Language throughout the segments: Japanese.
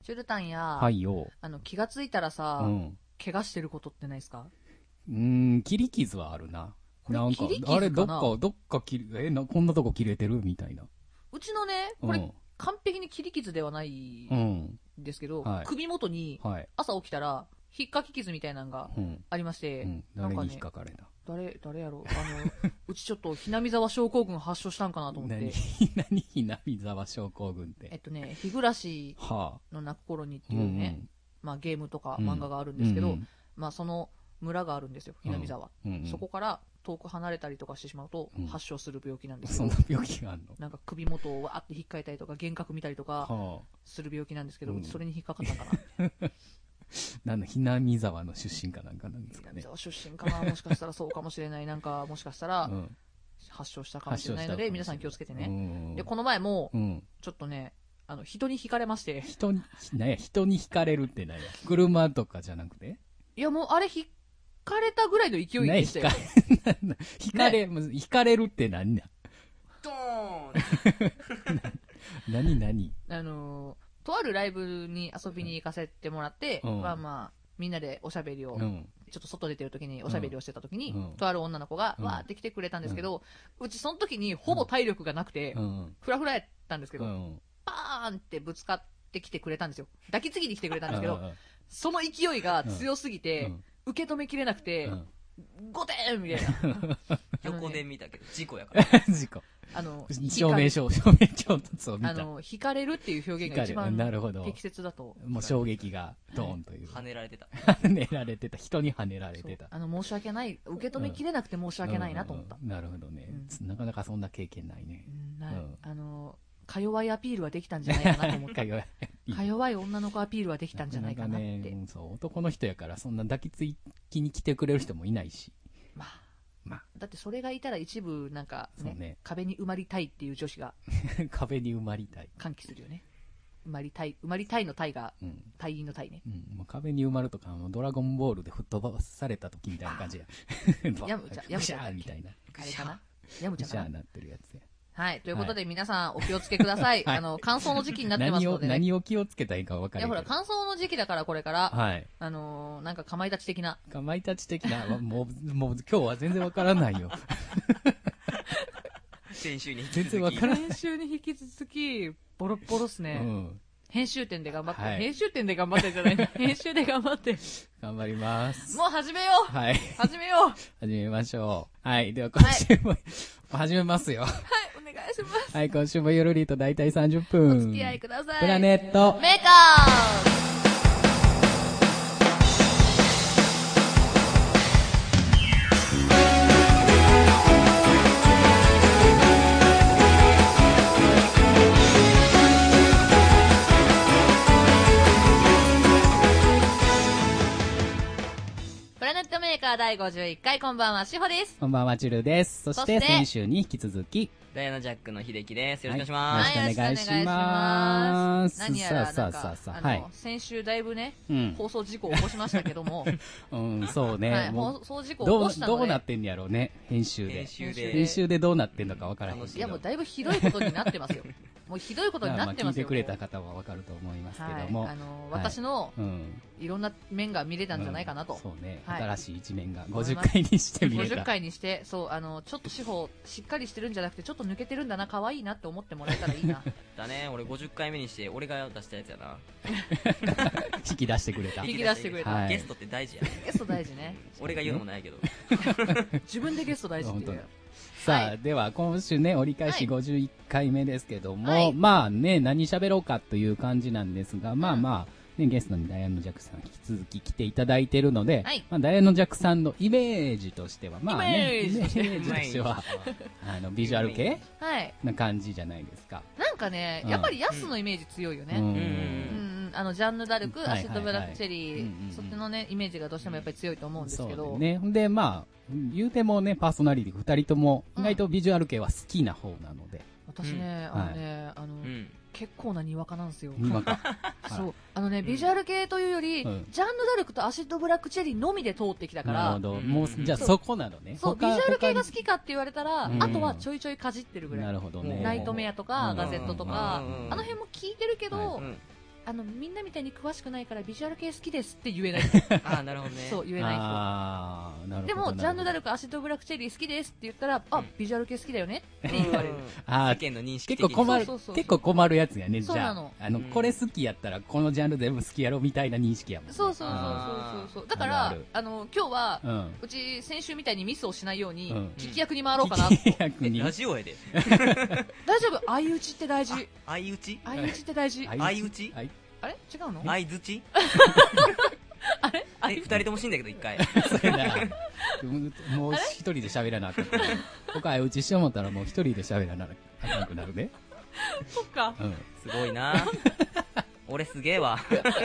チュルタンや、 はいよ。 気がついたらさ、 うん。 怪我してることってないですか？ 切り傷はあるな。 これなんか切り傷かな、 あれ、どっかこんなとこ切れてるみたいな。 うちのね、これ、完璧に切り傷ではないんですけど、 はい、 首元に、朝起きたら、引っかき傷みたいなのがありまして、 誰に引っかかれな。 誰やろうちちょっと、ひなみ沢症候群発症したんかなと思って。 何ひなみ沢症候群って。 日暮らしの泣く頃にっていうね、まあゲームとか漫画があるんですけど、まあその村があるんですよ、ひなみ沢。そこから遠く離れたりとかしてしまうと発症する病気なんですよ。 そんな病気があるの？ なんか首元をわーって引っかいたりとか、幻覚見たりとかする病気なんですけど、それに引っかかったかな。 ひなみ沢の出身かなんかなんですかね。 ひなみ沢出身かな、もしかしたらそうかもしれない。なんかもしかしたら発症したかもしれないので、皆さん気をつけてね。で、この前もちょっとね、人に引かれまして。 人に引かれるって何や？車とかじゃなくて？ いやもうあれ引かれたぐらいの勢いでしたよ。 引かれるって何や？ ドーン何とあるライブに遊びに行かせてもらって、まあ、みんなでおしゃべりを、ちょっと外出てる時におしゃべりをしてた時に、とある女の子がわーって来てくれたんですけど、うちその時にほぼ体力がなくて、フラフラやったんですけど、パーンってぶつかってきてくれたんですよ。抱きつぎに来てくれたんですけど、その勢いが強すぎて、受け止めきれなくて、ゴテーンみたいな。 横で見たけど、事故やから。 事故。証明衝突を見た。 引かれるっていう表現が一番適切だと。 もう衝撃がドーンという。 跳ねられてた。 人に跳ねられてた。 申し訳ない、受け止めきれなくて申し訳ないなと思った。 なるほどね。なかなかそんな経験ないね。 か弱いアピールはできたんじゃないかなと思った。か弱い女の子アピールはできたんじゃないかなって。 男の人やからそんな抱きつきに来てくれる人もいないし。 だってそれがいたら一部なんかね、壁に埋まりたいっていう女子が壁に埋まりたい歓喜するよね。埋まりたいのたいが隊員のたいね。 壁に埋まるとかドラゴンボールで吹っ飛ばされた時みたいな感じや。 ヤムチャみたいな。 あれかな。ヤムチャかな。 なってるやつや。 はい。ということで皆さんお気をつけください。乾燥の時期になってますのでね。 何を気をつけたらいいか分からない。 いやほら、乾燥の時期だからこれから、 はい。 なんかかまいたち的な。 かまいたち的な、もう今日は全然分からないよ。 先週に引き全然分からない。 先週に引き続き、ボロッボロっすね。編集点で頑張って。編集点で頑張ってじゃない。編集で頑張って。 頑張ります。 もう始めよう。 はい。 始めよう。 始めましょう。はい。では今週も、始めますよ。 はい。お願いします。 はい。今週もゆるりと大体30分。 お付き合いください。 プラネットメーカー。第51回、こんばんは、しほです。 こんばんは、ちゅるです。そして先週に引き続き、 ダイアナジャックの秀樹です。よろしくお願いします。 よろしくお願いします。 何やらなんか、先週だいぶね、放送事故を起こしましたけども。 そうね。 放送事故を起こしたので。 どうなってんやろうね、編集でどうなってんのか分からへん。 いや、もうだいぶひどいことになってますよ。もうひどいことになってますよ。 聞いてくれた方は分かると思いますけども。 私の、いろんな面が見れたんじゃないかなと。 そうね。新しい一面が50回にして見れた。 50回にして、そう、ちょっと司法しっかりしてるんじゃなくて、ちょっと抜けてるんだな、可愛いなって思ってもらえたらいいな。 だね、俺50回目にして、俺が出したやつやな。 引き出してくれた。 引き出してくれた。 ゲストって大事や。 ゲスト大事ね。 俺が言うのもないけど。 自分でゲスト大事って。 さあ、では今週ね、折り返し51回目ですけども、まあね、何喋ろうかという感じなんですが、まあ、ね、ゲストにダイアン・ジャックさん引き続き来ていただいているので、ダイアン・ジャックさんのイメージとしては、まあね、イメージとしては、ビジュアル系な感じじゃないですか。 なんかね、やっぱりヤスのイメージ強いよね。ジャンヌ・ダルク、アシッド・ブラック・チェリー、そっちのね、イメージがどうしてもやっぱり強いと思うんですけど。 そうね。で、まあ、言うてもね、パーソナリティ2人とも、意外とビジュアル系は好きな方なので。 私ね、結構なにわかなんですよ。 にわか。 そう。ビジュアル系というより、ジャンヌ・ダルクとアシッド・ブラック・チェリーのみで通ってきたから。 なるほど。もう、じゃあそこなのね。 そう、ビジュアル系が好きかって言われたら、あとはちょいちょいかじってるぐらい。 なるほどね。 ナイトメアとか、ガゼットとか、あの辺も聞いてるけど、 みんなみたいに詳しくないからビジュアル系好きですって言えない。 ああ、なるほどね。 そう、言えない人。 ああ、なるほど。 でも、ジャンヌ・ダルク、アシッド・ブラック・チェリー好きですって言ったら、ビジュアル系好きだよねって言われる。 ああ、 世間の認識結構困る、 そうそうそう結構困るやつやね、じそうなゃのあ。これ好きやったら、このジャンル全部好きやろみたいな認識やもんね。 そうそうそうそう。だからある、 今日は、 うん。 うち先週みたいにミスをしないように、 うん聞き役に回ろうかなと。 逆に。 ラジオやで。 大丈夫、相打ちって大事。 相打ち相打ちって大事。 相打ちはい。 あれ違うの相づちあれ二人とも死んだけど一回。 そうやな。もう一人で喋らなあかん。僕はうちしよう思ったらもう一人で喋らなあかんくなるね。 そっか。 うん。 すごいな。俺すげえわ。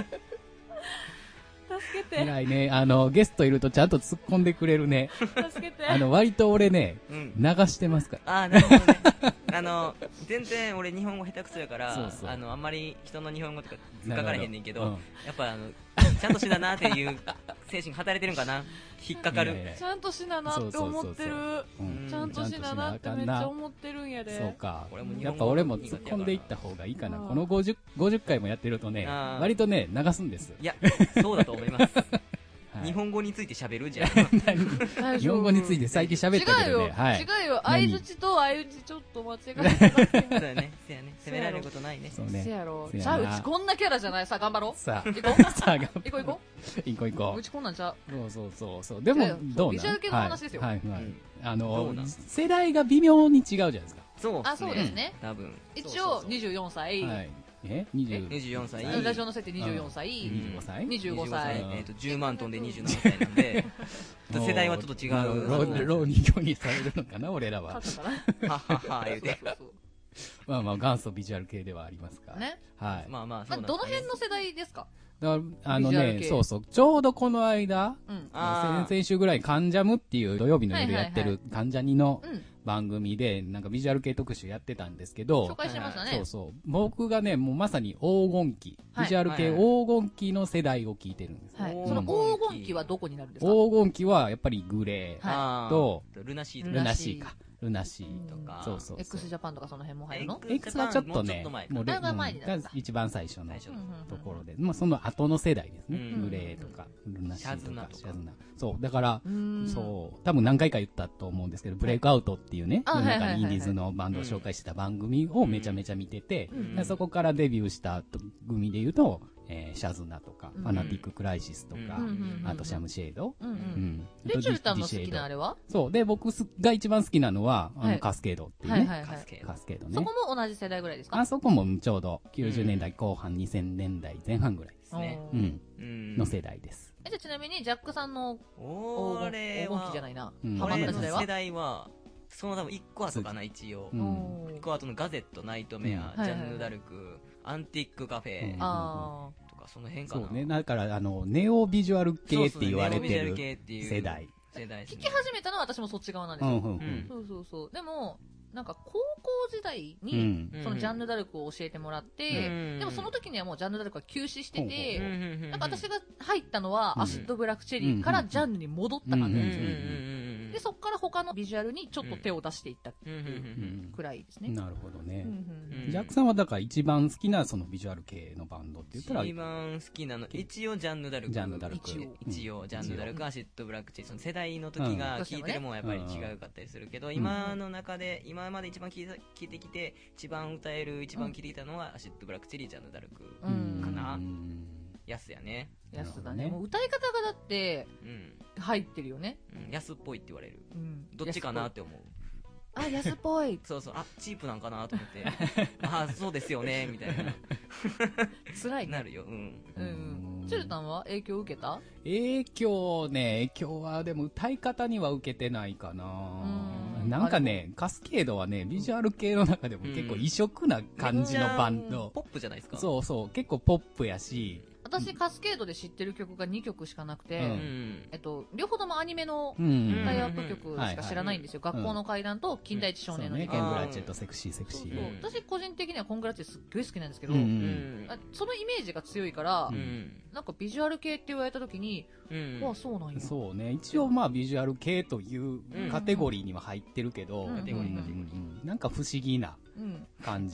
助けて。 偉いね。ゲストいるとちゃんと突っ込んでくれるね。 助けて。 割と俺ね、 うん。 流してますから。 ああ、なるほどね。全然俺日本語下手くそやから、 そうそうあんまり人の日本語とか書かれへんねんけど、 うんやっぱちゃんとしだなっていう精神が働いてるんかな。引っかかる。 いやいやちゃんとしななって思ってる。 うんちゃんとしななってめっちゃ思ってるんやで。 そうか俺も。日やっ本語ぱ俺も突っ込んでいった方がいいかな。 うんこの50回もやってるとね、 あー割とね、流すんです。 いや、そうだと思います。 はい日本語について喋るじゃん。 大日本語について最近喋ったけ違うよどね。はい。 違うよ。相づちと相打ちちょっと間違えそうた。 だね。せやね。責められることないね。 そうね。 せやろ。 せやなじゃあ、うちこんなキャラじゃない。さあ、頑張ろう。 さあ、 行こう。 さあ、 行こう行こ行こう。うちこんなんちゃう。 そう。でも違うよ、 どうなんビジュアル系の話ですよはい。 どうなん世代が微妙に違うじゃないですか。 そうっすね。 あそうですね多分。 一応、 そうそうそう 24歳。 はい。20 24歳。 ラジオの設定24歳。 25歳 25歳。 10万トンで27歳なんで、世代はちょっと違う。 浪人教にされるのかな、俺らは。 勝ったかな。 ははは、言うて。 そうそうまあまあ、元祖ビジュアル系ではありますから。 ね。 はい。 まあまあ、 まあどの辺の世代ですか？ だからビジュアル系そう、ちょうどこの間、 うん。 あー先々週ぐらい、関ジャムっていう土曜日の夜やってはいる関ジャニのうん。 番組で、なんかビジュアル系特集やってたんですけど、 紹介してましたねそう。そう。僕がね、もうまさに黄金期、 はいビジュアル系はい黄金期の世代を聞いてるんです。 はい。 黄その金期黄金期はどこになるんですか？ 黄金期はやっぱりグレー、 あーとルナシールとかルナシーか。ルナシーとか。 そうそうそう。 X ジャパンとかその辺も入るの？ X はちょっとねもうちょっと前、かもうだいぶ前になったが一番最初の最初のところで、まあその後の世代ですね。 うんグレーとか、ルナシーとか、 シャズナそう、だから、 うん。 そう、多分何回か言ったと思うんですけど、ブレイクアウトっていうね、 あ世の中はいはいはいはいにインディーズのバンドを紹介してた番組をめちゃめちゃ見てて、 うんでそこからデビューした組で言うと、シャズナとか、 うんファナティッククライシスとか、 うんうんうんあとシャムシェード、 うんう。 うんん。 で、チュルタンの好ディシェードきなあれは？ そう。で、僕が一番好きなのは、 はいカスケードっていうね。 はいはいはい。 カスケードカスケードね。 そこも同じ世代ぐらいですか？ あそこもちょうど90年代後半、2000年代前半ぐらいです。 ですね。 おーうん。 うんの世代です。 じゃあちなみにジャックさんの俺黄金期じゃは、 ないな。 うんハマっ俺た時代はの世？代は、その多分1個後かな、一応う。んおー 1個後のガゼット、ナイトメア、 うんジャンヌ・ダルク、アンティックカフェうんあとか、その辺かな。 そうね。だから、ネオビジュアル系って言われてそうそうネオビジュアルる系っていう世代。 世代ですね聞き始めたのは私もそっち側なんですよ。 うんうんうんそうそうそう。でも、なんか高校時代うに、 ん。 そのジャンヌ・ダルクを教えてもらって、 うんでもその時にはもうジャンヌ・ダルクは休止してて、 うんなんか私が入ったのは、 うんアシッド・ブラック・チェリーからジャンヌに戻った感じなんですよ。 うんで、そっから他のビジュアルにちょっと手を出していったうんくらいですね。 なるほどねうん。うんうんジャックさんはだから一番好きなそのビジュアル系のバンドって言ったら、 一番好きなの、一応ジャンヌ・ダルク。 ジャンヌダルク。 一応ジャンヌ・ダルク、アシッド・ブラック・チェリー、その世代の時が聴いてるもんはやっぱり違うかったりするけど、今の中で、今まで一番聴いてきて、一番歌える、一番聴いてきたのは、アシッド・ブラック・チェリー、ジャンヌ・ダルク。 うんかなうん安やね。 安だね。 なるほどねもう歌い方がだってうん。 入ってるよね。 安っぽいって言われる。 うんどっちかなって思う。 あ、安っぽい。 そうそう、あ、チープなんかなと思って、あ、そうですよね、みたいな。 辛いね。 なるよ、うん。 うんうん。チュルタンは影響を受けた？ 影響はでも歌い方には受けてないかなうんなんかね、カスケードはね、ビジュアル系の中でも結構異色な感じのバンド。 ポップじゃないですか。 そうそう、結構ポップやし、 私、カスケードで知ってる曲が2曲しかなくて、 うん。 両方ともアニメのうん。 タイアップ曲しか知らないんですよ。 はいはい学校の階段と近代一少そうね、 年の時ケンブ間。 ラチェットセクシーセクシそうそうー。 私個人的にはコングラッチすっごい好きなんですけど、 うんうん。 そのイメージが強いから、 うん。 なんかビジュアル系って言われた時に、 うん。 わあ、そうなんや。 そうね、一応まあビジュアル系というカテゴリーには入ってるけど、 うんカテゴリーうんなんか不思議なうん。 感じ。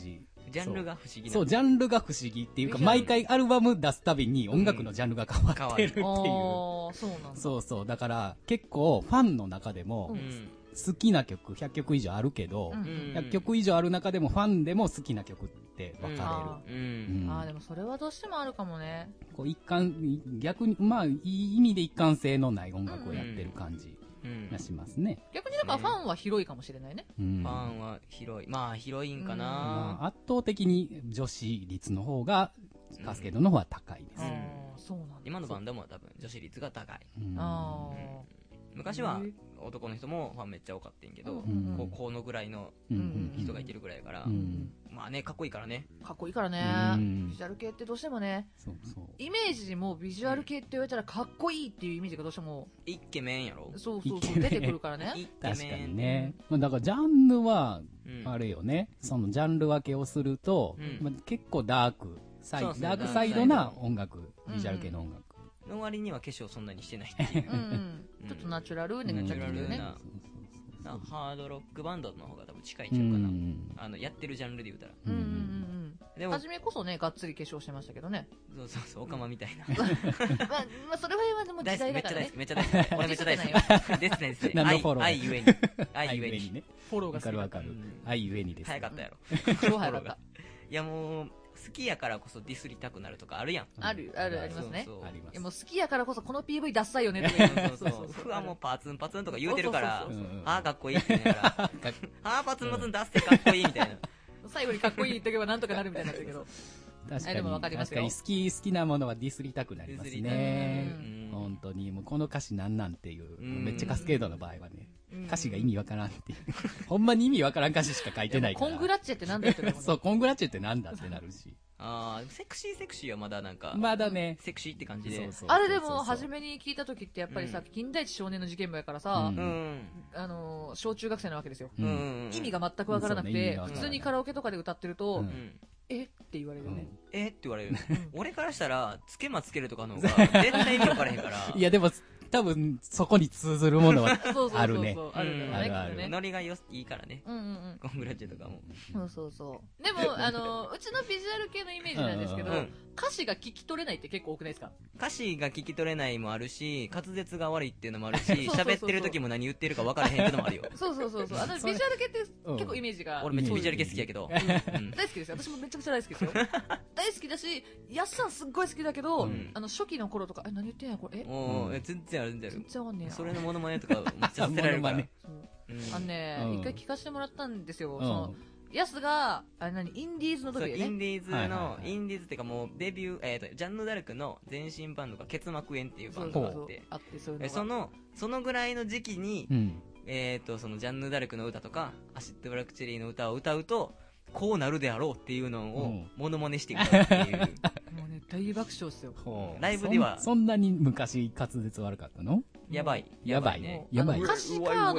ジャンルが不思議な。 そう、ジャンルが不思議っていうか、毎回アルバム出すたびに音楽のジャンルが変わってるっていう。 そうなんだ。 そうそう。だから、結構、ファンの中でも、好きな曲、100曲以上あるけど、100曲以上ある中でもファンでも好きな曲って分かれる。 でもそれはどうしてもあるかもね。 こう逆に、まあ、いい意味で一貫性のない音楽をやってる感じがしますね。 逆にだからファンは広いかもしれないね。 ファンは広い。まあ、広いんかな。 圧倒的に女子率の方が、カスケードの方は高いです。 そうなんだ。 今のバンドも多分女子率が高い。昔は男の人もファンめっちゃ多かったんけど、このぐらいの人がいてるぐらいやから、まあね、かっこいいからね。 かっこいいからね。ビジュアル系ってどうしてもね、イメージもビジュアル系って言われたらかっこいいっていうイメージがどうしても。 イケメンやろ。 そう出てくるからね。 確かにね。だからジャンルは、あれよね、そのジャンル分けをすると、結構ダークサイドな音楽、ビジュアル系の音楽。 の割には化粧そんなにしてないっていう。 ちょっとナチュラルなハードロックバンドの方が多分近いんちゃうかな。やってるジャンルで言うたら。 でも初めこそね、がっつり化粧してましたけどね。 そう、オカマみたいな。 まあ、それはでも時代だからね。 めっちゃ大好き。俺めっちゃ大好き。ですね。 何のフォロー？ 愛ゆえに。愛ゆえにね。 フォローがわかる。愛ゆえにです。 早かったやろ。 超早かった。 いやもう、好きやからこそディスりたくなるとかあるやん。 ありますね。もう好きやからこそこの PV ダッサいよねとか。 ふわもうパツンパツンとか言うてるから、あーかっこいいって言いながら、あーパツンパツン出してかっこいいみたいな。 最後にかっこいい言っとけばなんとかなるみたいになってるけど。 確かに好きなものはディスりたくなりますね。本当にもうこの歌詞なんなんていう、めっちゃカスケードの場合はね、歌詞が意味わからんっていう、ほんまに意味わからん歌詞しか書いてないから。 コングラッチェってなんだってそう、コングラッチェってなんだってなるし。 セクシーはまだなんか、 まだね、 セクシーって感じで。 あれでも初めに聞いた時ってやっぱりさ、金田一少年の事件簿やからさ、小中学生なわけですよ。意味が全くわからなくて、普通にカラオケとかで歌ってると、えって言われるよね。 って言われる。俺からしたら、つけまつけるとかの方が、絶対意味わからへんから。 いやでも、多分、そこに通ずるものはあるね。 あるね。 ノリがいいからね。コングラッチェとかも。 そう。でも、うちのビジュアル系のイメージなんですけど、歌詞が聞き取れないって結構多くないですか？ 歌詞が聞き取れないもあるし、滑舌が悪いっていうのもあるし、喋ってる時も何言ってるか分からへんっていうのもあるよ。 そう。ビジュアル系って結構イメージが。 俺めっちゃビジュアル系好きやけど。 大好きですよ。私もめちゃくちゃ大好きですよ。大好きだし、やっさんすっごい好きだけど、初期の頃とか、何言ってんやこれ。 全然ある。 全然わかんねえ。 それのモノマネとかめっちゃ捨てられるから。 一回聞かせてもらったんですよ。ヤスが、インディーズの時でね。 インディーズっていうかもうデビュー、ジャンヌ・ダルクの前身バンドが結膜炎っていうバンドがあって、そのぐらいの時期に、そのジャンヌ・ダルクの歌とか、アシッド・ブラック・チェリーの歌を歌うと、こうなるであろうっていうのをモノマネして歌うっていう。 もうね、大爆笑っすよ。 ライブでは。 そんなに昔滑舌悪かったの？ やばいね。 歌詞カ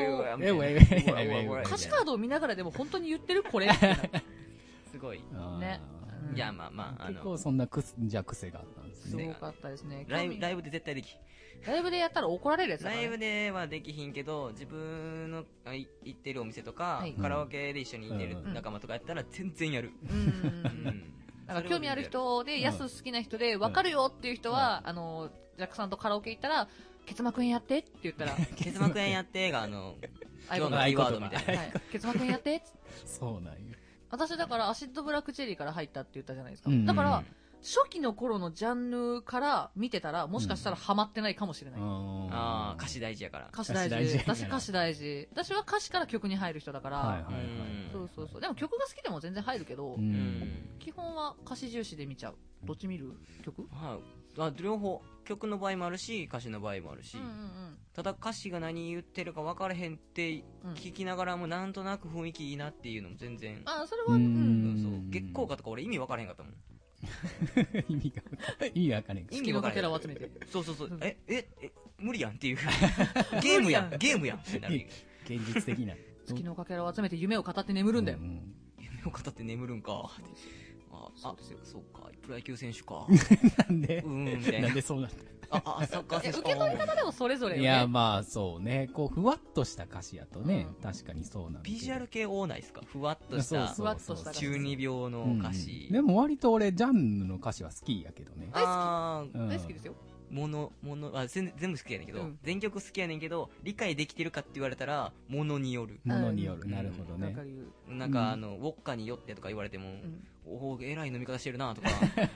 ードを見ながらでも本当に言ってるこれすごい。 ね。 いや、まあ。 結構そんな癖があったんですね。 すごかったですね。 ライブで絶対でき。 ライブでやったら怒られるやつだからね。 ライブではできひんけど、自分の行ってるお店とか、カラオケで一緒に行ってる仲間とかやったら全然やる。 なんか興味ある人で、ヤス好きな人で、分かるよっていう人は、ジャックさんとカラオケ行ったら、結膜炎やってって言ったら、 結膜炎やってが、今日のキーワードみたいな。 結膜炎やってそうなんよ。 私だからアシッドブラックチェリーから入ったって言ったじゃないですか。だから、初期の頃のジャンルから見てたら、もしかしたらハマってないかもしれない。 歌詞大事やから。 歌詞大事。私歌詞大事。私は歌詞から曲に入る人だから。そう。でも曲が好きでも全然入るけど、基本は歌詞重視で見ちゃう。どっち見る？曲？ 両方。曲の場合もあるし、歌詞の場合もあるし。ただ歌詞が何言ってるか分からへんって聞きながらもなんとなく雰囲気いいなっていうのも全然。 それは、 月光歌とか俺意味分からへんかったもん。 意味わかんない。 意味のかけらを集めて。 そう。無理やんっていう。ゲームやんってなる。 現実的な。 月のかけらを集めて夢を語って眠るんだよ。 夢を語って眠るんか。 そうですよ。そうか。プロ野球選手か。 なんでみたいな。 なんでそうなったサッカー選手受け取り方でもそれぞれよね。 いや、まあ、そうね。こう、ふわっとした歌詞やとね、確かにそうなんビジュアル系多ないですか？ふわっとした、中二病の歌詞。 でも割と俺、ジャンルの歌詞は好きやけどね。 大好きですよ。 全部好きやねんけど、全曲好きやねんけど、理解できてるかって言われたら、ものによる。 ものによる。なるほどね。 なんか、ウォッカによってとか言われても、えらい飲み方してるなとか。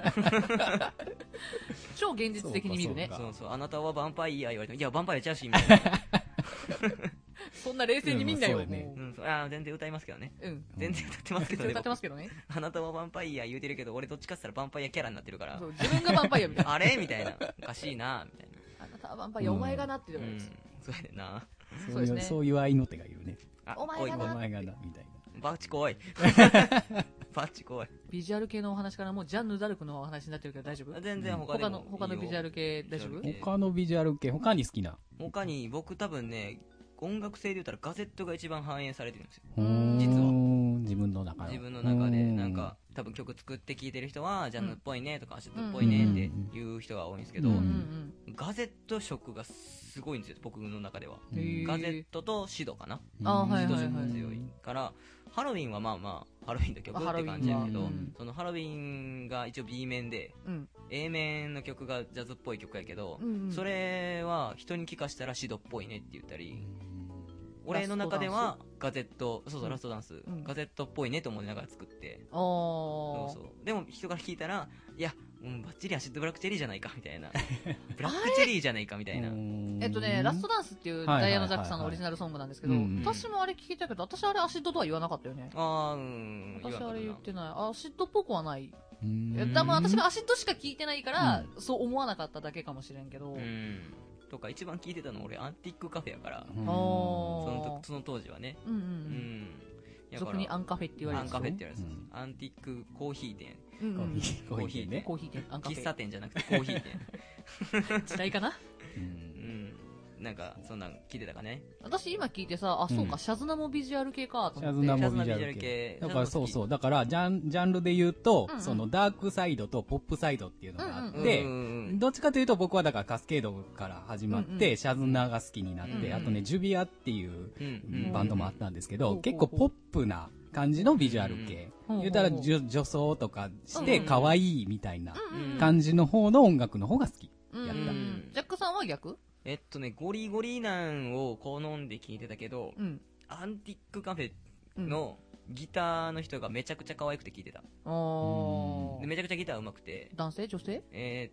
超現実的に見るね。 そう、あなたはヴァンパイア言われても、いや、ヴァンパイアちゃうし、みたいな。 そんな冷静に見んなよ。 全然歌いますけどね。全然歌ってますけどね。 歌ってますけどね。 あなたはヴァンパイア言うてるけど、俺どっちかって言ったらヴァンパイアキャラになってるから。 自分がヴァンパイアみたいな。 あれみたいな。おかしいな、みたいな。 あなたはヴァンパイア、お前がなってるんです。 そうやねんな。 そうですね。そういう愛の手がいるね。 お前がな、 みたいな。 バッチ怖い。バッチ怖い。 ビジュアル系のお話からもうジャンヌ・ダルクのお話になってるけど大丈夫？ 全然他のビジュアル系大丈夫？ 他のビジュアル系、他に好きな？ 他に僕多分ね、音楽性で言ったらガゼットが一番反映されてるんですよ。実は。 自分の中で、なんか、多分曲作って聴いてる人は、ジャンヌっぽいねとか、アシッドっぽいねっていう人が多いんですけど、ガゼット色がすごいんですよ、僕の中では。ガゼットとシドかな。シド色が強いから、ハロウィンはまあまあ、ハロウィンの曲って感じやけど、そのハロウィンが一応 B 面で、A 面の曲がジャズっぽい曲やけど、それは人に聴かしたらシドっぽいねって言ったり、俺の中ではガゼット、ラストダンス、ガゼットっぽいねと思いながら作って、でも人から聞いたら、いや、バッチリアシッドブラックチェリーじゃないかみたいな、ブラックチェリーじゃないかみたいな。 ラストダンスっていうダイアナ・ジャックさんのオリジナルソングなんですけど、私もあれ聞いたけど、私あれアシッドとは言わなかったよね。私あれ言ってない。アシッドっぽくはない。多分私がアシッドしか聞いてないから、そう思わなかっただけかもしれんけど。 とか一番聞いてたの俺アンティックカフェやから、その当時はね。 俗にアンカフェって言われるんですよ。 アンカフェって言われるんです。アンティックコーヒー店。 コーヒーね。 喫茶店じゃなくてコーヒー店。時代かな？ なんか、そんなん聞いてたかね。 私今聞いてさ、そうか、シャズナもビジュアル系かと思って。 シャズナもビジュアル系。だからそう。だから、ジャンルで言うと、そのダークサイドとポップサイドっていうのがあって、どっちかというと僕はだからカスケードから始まって、シャズナが好きになって、あとね、ジュビアっていうバンドもあったんですけど、結構ポップな感じのビジュアル系。言うたら女装とかして可愛いみたいな感じの方の音楽の方が好き。やった。 ジャックさんは逆？ ゴリゴリなんを好んで聴いてたけど、アンティックカフェのギターの人がめちゃくちゃ可愛くて聴いてた。でめちゃくちゃギター上手くて。 男性女性？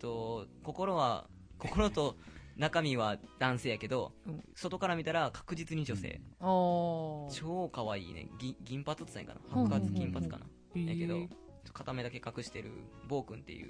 心と中身は男性やけど、外から見たら確実に女性。超可愛いね。銀髪って言ったんやかな。白髪金髪かな。やけど、片目だけ隠してるボー君っていう、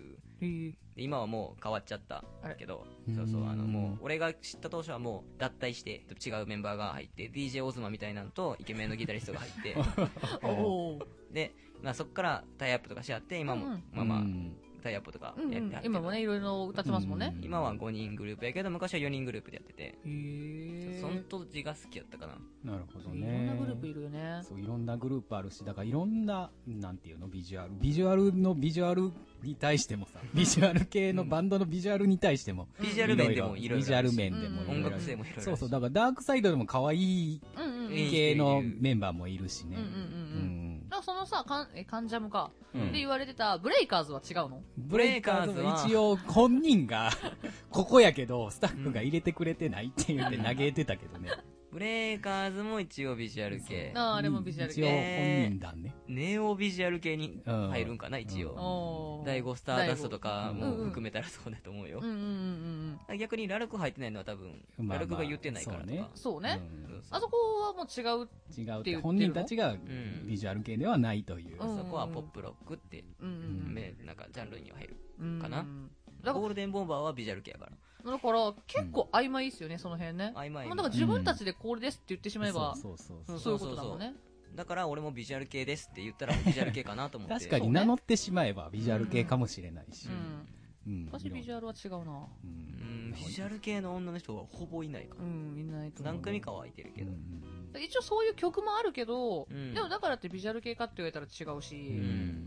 今はもう変わっちゃったけど、もう俺が知った当初はもう脱退して違うメンバーが入って DJ オズマみたいなのとイケメンのギタリストが入ってで、そっからタイアップとかし合って、今もタイアップとかやって今もねいろいろ歌ってますもんね。 今は5人グループやけど、昔は4人グループでやってて、その当時が好きやったかな。 なるほどね。 いろんなグループいるよね。 そう、いろんなグループあるし、だからいろんな、なんていうの、ビジュアルに対してもさ、ビジュアル系のバンドのビジュアルに対しても、 ビジュアル面でもいろいろ、 ビジュアル面でも音楽性もいろいろ。 そう、だからダークサイドでも可愛い系のメンバーもいるしね。 そのさ、カンジャムか、で言われてたブレイカーズは違うの？ ブレイカーズは一応本人がここやけどスタッフが入れてくれてないって言って嘆いてたけどね。 ブレイカーズも一応ビジュアル系。 あれもビジュアル系。 一応本人だね。 ネオビジュアル系に入るんかな、一応。第5スターダストとかも含めたらそうだと思うよ。逆にラルク入ってないのは多分、ラルクが言ってないからとか。 そうね。あそこはもう違うって本人たちがビジュアル系ではないという。 そこはポップロックって、なんかジャンルには入るかな。ゴールデンボンバーはビジュアル系やから。 だから結構曖昧ですよね、その辺ね。曖昧。だから自分たちでこれですって言ってしまえば、そういうことだもんね。 だから俺もビジュアル系ですって言ったらビジュアル系かなと思って。 確かに名乗ってしまえばビジュアル系かもしれないし。 私ビジュアルは違うな。 ビジュアル系の女の人はほぼいないかな。 いないと。 何組かは空いてるけど。 一応そういう曲もあるけど、でもだからってビジュアル系かって言われたら違うし、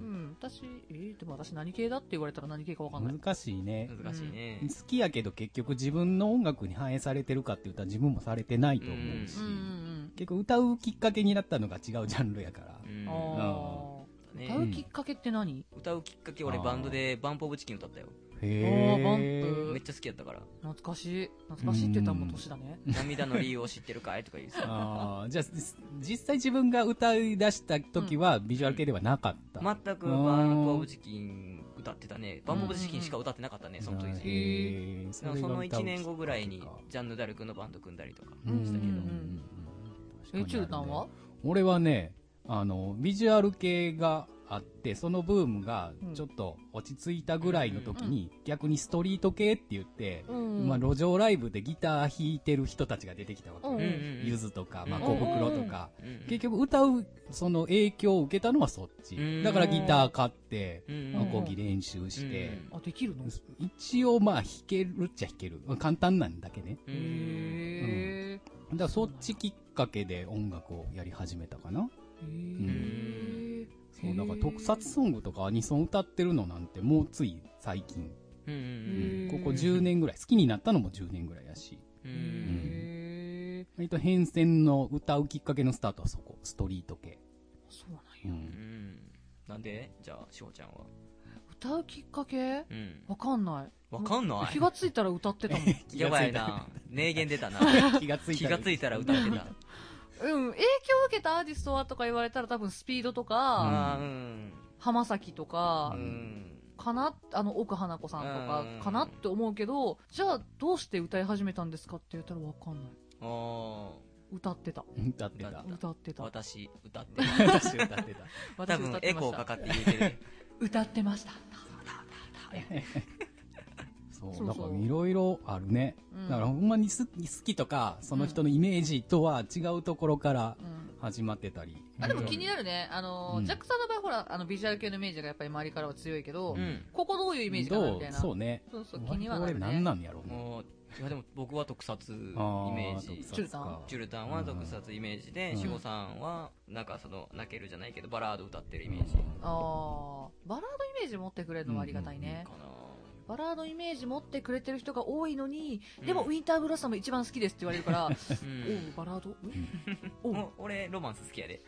でも私何系だって言われたら何系か分かんない。 難しいね。 難しいね。 好きやけど結局自分の音楽に反映されてるかって言ったら自分もされてないと思うし、結構歌うきっかけになったのが違うジャンルやから。 歌うきっかけって何？ 歌うきっかけ俺バンドでバンプオブチキン歌ったよ。 へー、バンプめっちゃ好きやったから。 懐かしいって言ったらもう年だね。 涙の理由を知ってるかいとか言うさ。 じゃあ実際自分が歌い出した時はビジュアル系ではなかった？ 全くバンプオブチキン歌ってたね。バンプオブチキンしか歌ってなかったね、その時。その1年後ぐらいにジャンヌ・ダルクのバンド組んだりとかしたけど。 チュルタンは？ 俺はね、ビジュアル系があって、そのブームがちょっと落ち着いたぐらいの時に、逆にストリート系って言って、まあ路上ライブでギター弾いてる人たちが出てきたわけ。ゆずとか、まあ小袋とか、結局歌う、その影響を受けたのはそっち。だからギター買って、アコギ練習して。 できるの？ 一応まあ弾けるっちゃ弾ける。簡単なんだけね。だからそっちきっかけで音楽をやり始めたかな。そう、だから特撮ソングとかアニソン歌ってるのなんてもうつい最近。ここ10年ぐらい。好きになったのも10年ぐらいやし。割と変遷の歌うきっかけのスタートはそこ。ストリート系。 そうなんや。 なんでじゃあ、しほちゃんは。 歌うきっかけ？わかんない。 わかんない？ 気がついたら歌ってたもん。 やばいな。名言出たな。気がついたら歌ってた。 影響を受けたアーティストはとか言われたら多分スピードとか、浜崎とか、かな、奥花子さんとかかなって思うけど、じゃあどうして歌い始めたんですかって言ったらわかんない。歌ってた。 私歌ってた。多分エコーかかって言えてる。 歌ってました。 そう、だからいろいろあるね。だからほんまに好きとか、その人のイメージとは違うところから始まってたり。 でも気になるね。ジャックさんの場合ほら、ビジュアル系のイメージがやっぱり周りからは強いけど、ここどういうイメージかなみたいな。 そうね。 そう、気にはなるね。 これ何なんやろうね。 いやでも僕は特撮イメージ。チュルタンは特撮イメージで、しごさんはなんかその泣けるじゃないけどバラード歌ってるイメージ。 バラードイメージ持ってくれるのはありがたいね。バラードイメージ持ってくれてる人が多いのに、でもウィンターブロッサム一番好きですって言われるから、バラード？ 俺ロマンス好きやで。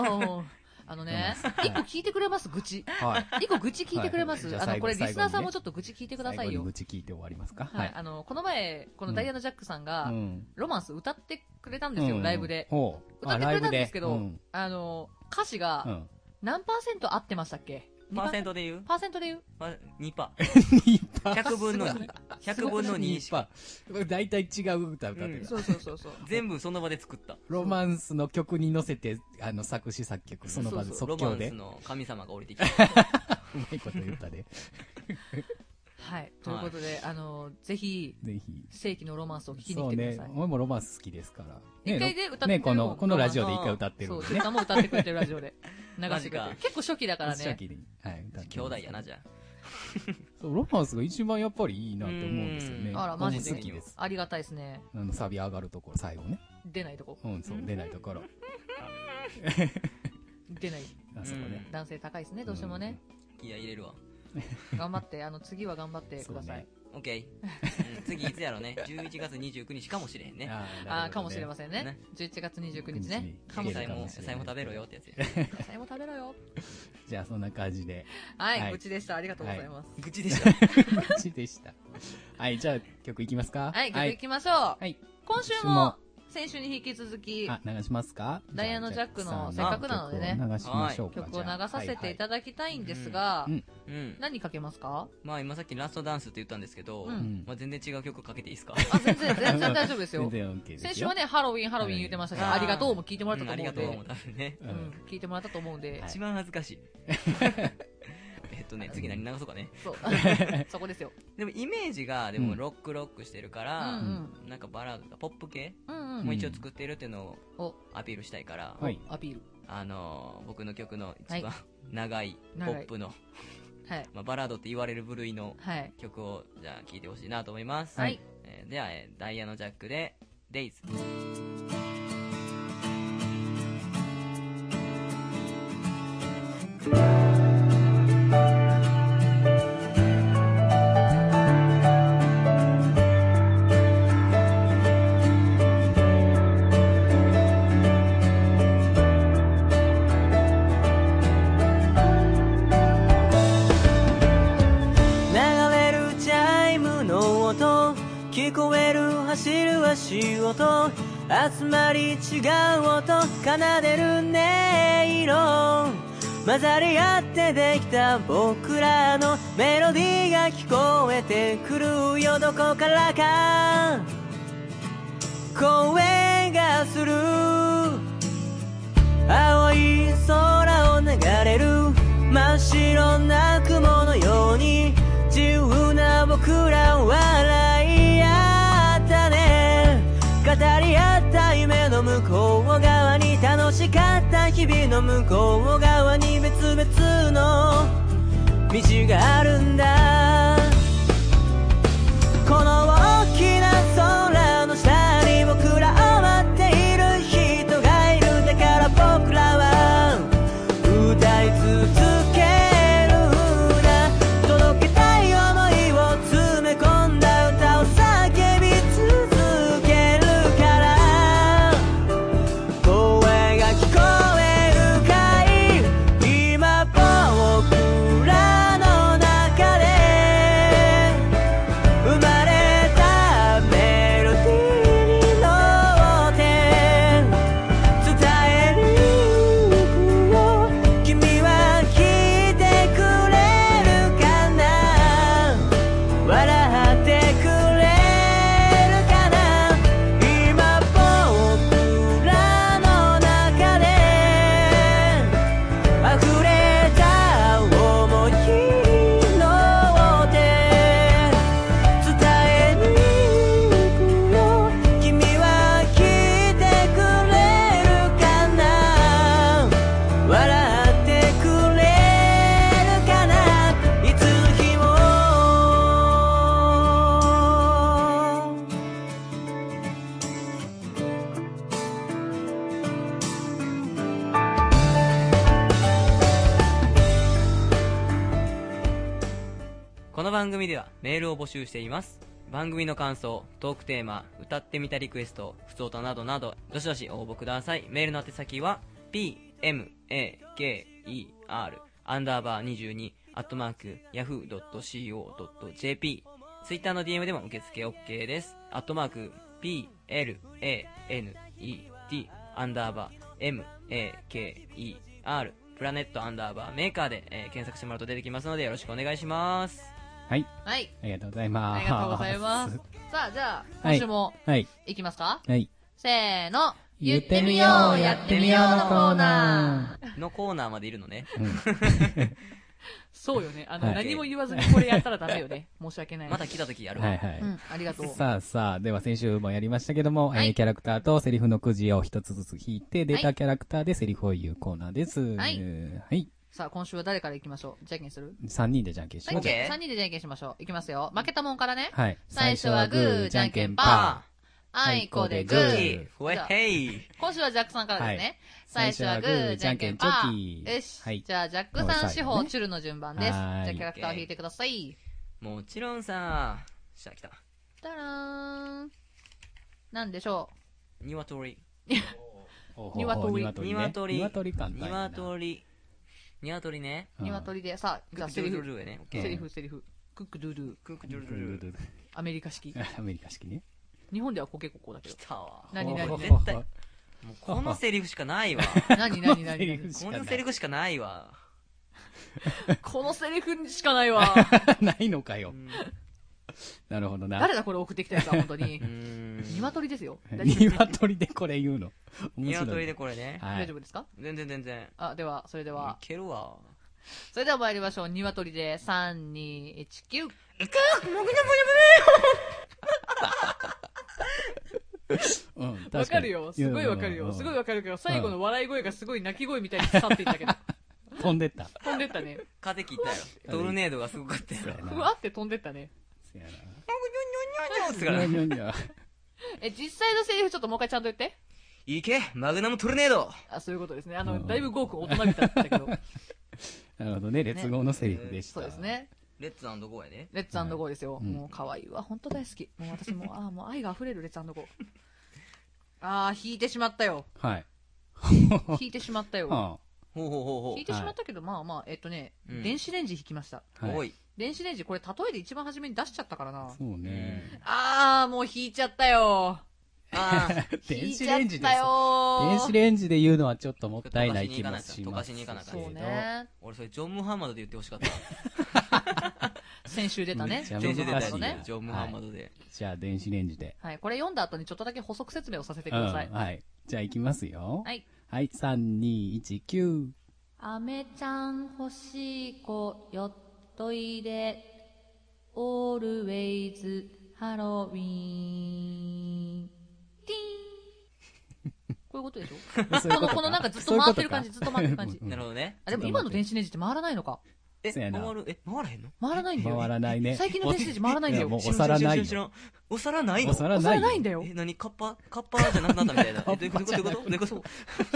一個聞いてくれます？愚痴。一個愚痴聞いてくれます？これリスナーさんもちょっと愚痴聞いてくださいよ。 愚痴聞いて終わりますか？ はい。この前、このダイアナ・ジャックさんが、ロマンス歌ってくれたんですよ、ライブで。歌ってくれたんですけど、歌詞が、何%合ってましたっけ？ パーセントで言う？ パーセントで言う？ 2%。100分の2。100分の2しか。 大体違う歌歌ってる。 そう。 全部その場で作った。 ロマンスの曲に乗せて、作詞作曲、その場で即興で。 ロマンスの神様が降りてきた。 うまいこと言ったで。 はい。ということで、ぜひ、世紀のロマンスを聴きに来てください。 そうね。俺もロマンス好きですから。 一回で歌ってくれる。 ね、このラジオで一回歌ってる。 そう、ジュンさんも歌ってくれてるラジオで。流してくれてる。結構初期だからね。 初期に。はい。 兄弟やな、じゃあ。 そう、ロマンスが一番やっぱりいいなって思うんですよね。 あら、マジで。 好きです。 ありがたいですね。 サビ上がるところ、最後ね。 出ないとこ。 そう、出ないところ。 出ない。 あそこね。 男性高いですね、どうしてもね。 いや、入れるわ。 頑張って、次は頑張ってください。 オッケー。次いつやろうね。11月29日かもしれへんね。 かもしれませんね。11月29日ね。 野菜も食べろよってやつや。 野菜も食べろよ。 じゃあそんな感じで。 はい、愚痴でした。ありがとうございます。 愚痴でした。 愚痴でした。はい、じゃあ曲いきますか？ はい、曲いきましょう。はい。今週も、先週に引き続き、 流しますか？ ダイアナ・ジャックのせっかくなのでね、 流しましょうか。 曲を流させていただきたいんですが、何かけますか？ まあ今さっきラストダンスって言ったんですけど、まあ全然違う曲かけていいですか？ 全然大丈夫ですよ。 全然 OK ですよ。 先週はね、ハロウィン言ってましたし、ありがとうも聞いてもらったと思うんで。 ありがとうも多分ね。 聞いてもらったと思うんで。 一番恥ずかしい。次何流そうかね。 そう。そこですよ。 でもイメージが、でもロックしてるから、なんかバラードとかポップ系も一応作ってるっていうのをアピールしたいから、 アピール。 僕の曲の一番長いポップの、バラードって言われる部類の曲をじゃあ聴いてほしいなと思います。では、ダイアナ・ジャックで、デイズ。 の音聞こえる走る足音集まり違う音奏でる音色混ざり合ってできた僕らのメロディーが聞こえてくるよどこからか声がする青い空を流れる真っ白な雲のように自由な僕ら笑い合ったね語り合った夢の向こう側に楽しかった日々の向こう側に別々の道があるんだこの大きな空の下に僕らを待っている人がいるだから僕らは歌い続けるな届けたい想いを詰め込んだ歌を叫び続けるから声が聞こえるかい今僕らの中で生まれたメロディーに乗って伝えるよ君は聞いてくれるかな笑ってくれるかな今僕らの中で溢れた想いに乗って伝えるよ君は聞いてくれるかな笑ってくれるかないつの日もこの番組ではメールを募集しています。番組の感想、トークテーマ、歌ってみたリクエスト、ふつおたなどなどどしどし応募ください。メールの宛先は pmaker22@yahoo.co.jp ツイッターの DM でも受付 OK です。@planet_maker プラネットメーカーで、検索してもらうと出てきますのでよろしくお願いします。 はい。 はい。 ありがとうございます。 ありがとうございます。さあ、じゃあ、今週も、いきますか？ はい。 せーの。 言ってみよう、やってみようのコーナー。のコーナーまでいるのね。 そうよね。何も言わずにこれやったらダメよね。申し訳ない。 また来た時やるわ。 はいはい。 ありがとう。 さあ、では先週もやりましたけども、キャラクターとセリフのくじを一つずつ引いて、データキャラクターでセリフを言うコーナーです。はい。はい。 さあ、今週は誰から行きましょう？じゃんけんする？ 3 人でじゃんけんしましょう。 3人でじゃんけんしましょう。いきますよ。負けたもんからね。 はい。 最初はグー、じゃんけんパー。あいこでグー。今週はジャックさんからですね。最初はグー、じゃんけんパー。よし。じゃあ、ジャックさん、司法、チュルの順番です。じゃあ、キャラクターを引いてください。 もちろんさ。しゃ、来た。 たらーん。なんでしょう。鶏。 鶏ね。鶏で、さあ、じゃあセリフ。セリフ。クックドゥルー。アメリカ式。 アメリカ式ね。 日本ではコケココだけど。 来たわ。 何絶対。もうこのセリフしかないわ。 何このセリフしかないわ。 このセリフしかないわ。 ないのかよ。なるほどな。 誰だこれ送ってきたやつは本当に。鶏ですよ。 鶏でこれ言うの。 鶏でこれね。 大丈夫ですか？ 全然。 あ、では、それでは。 いけるわ。 それでは参りましょう。鶏で、3、2、1、9。 いく！もぐにゃもにゃもにゃわかるよ。すごいわかるよ。すごいわかるけど、最後の笑い声がすごい泣き声みたいに去っていったけど。 飛んでったね。 風切ったよ。トルネードがすごかったよ。 ふわって飛んでったね。実際のセリフちょっともう一回ちゃんと言って。 いけマグナムトルネード。 あ、そういうことですね。だいぶゴーくん大人びたんだけど。 なるほどね。レッツゴーのセリフでした。 そうですね。 レッツ&ゴーやで。 レッツ&ゴーですよ。もう可愛いわ。ほんと大好き。もう私も、もう愛が溢れるレッツ&ゴー。引いてしまったよ。 はい。 引いてしまったよ。引いてしまったけど、電子レンジ引きました。 はい。 電子レンジこれ例えで一番初めに出しちゃったからな。 そうね。 もう引いちゃったよ。 電子レンジで電子レンジで言うのはちょっともったいない気もします。 溶かしに行かなかった。 そうね。 俺それジョン・ムハンマドで言ってほしかった。 先週出たね。 ジョン・ムハンマドね。ジョン・ムハンマドで。 じゃあ電子レンジで。 はい。これ読んだ後にちょっとだけ補足説明をさせてください。 はい。じゃあ行きますよ。 はい。 はい、3、2、1、9。 アメちゃん欲しい子よっといで、オールウェイズハロウィーン。ティーンこういうことでしょこのなんかずっと回ってる感じ、ずっと回ってる感じ。 なるほどね。 でも今の電子レンジって回らないのか。 回らへんの？ 回らないんだよ。 回らないね。 最近の電子レンジ回らないんだよ。 もうお皿ない。 お皿ないの？ お皿ないんだよ。 何カッパじゃなくなったみたいな。どういうことそう、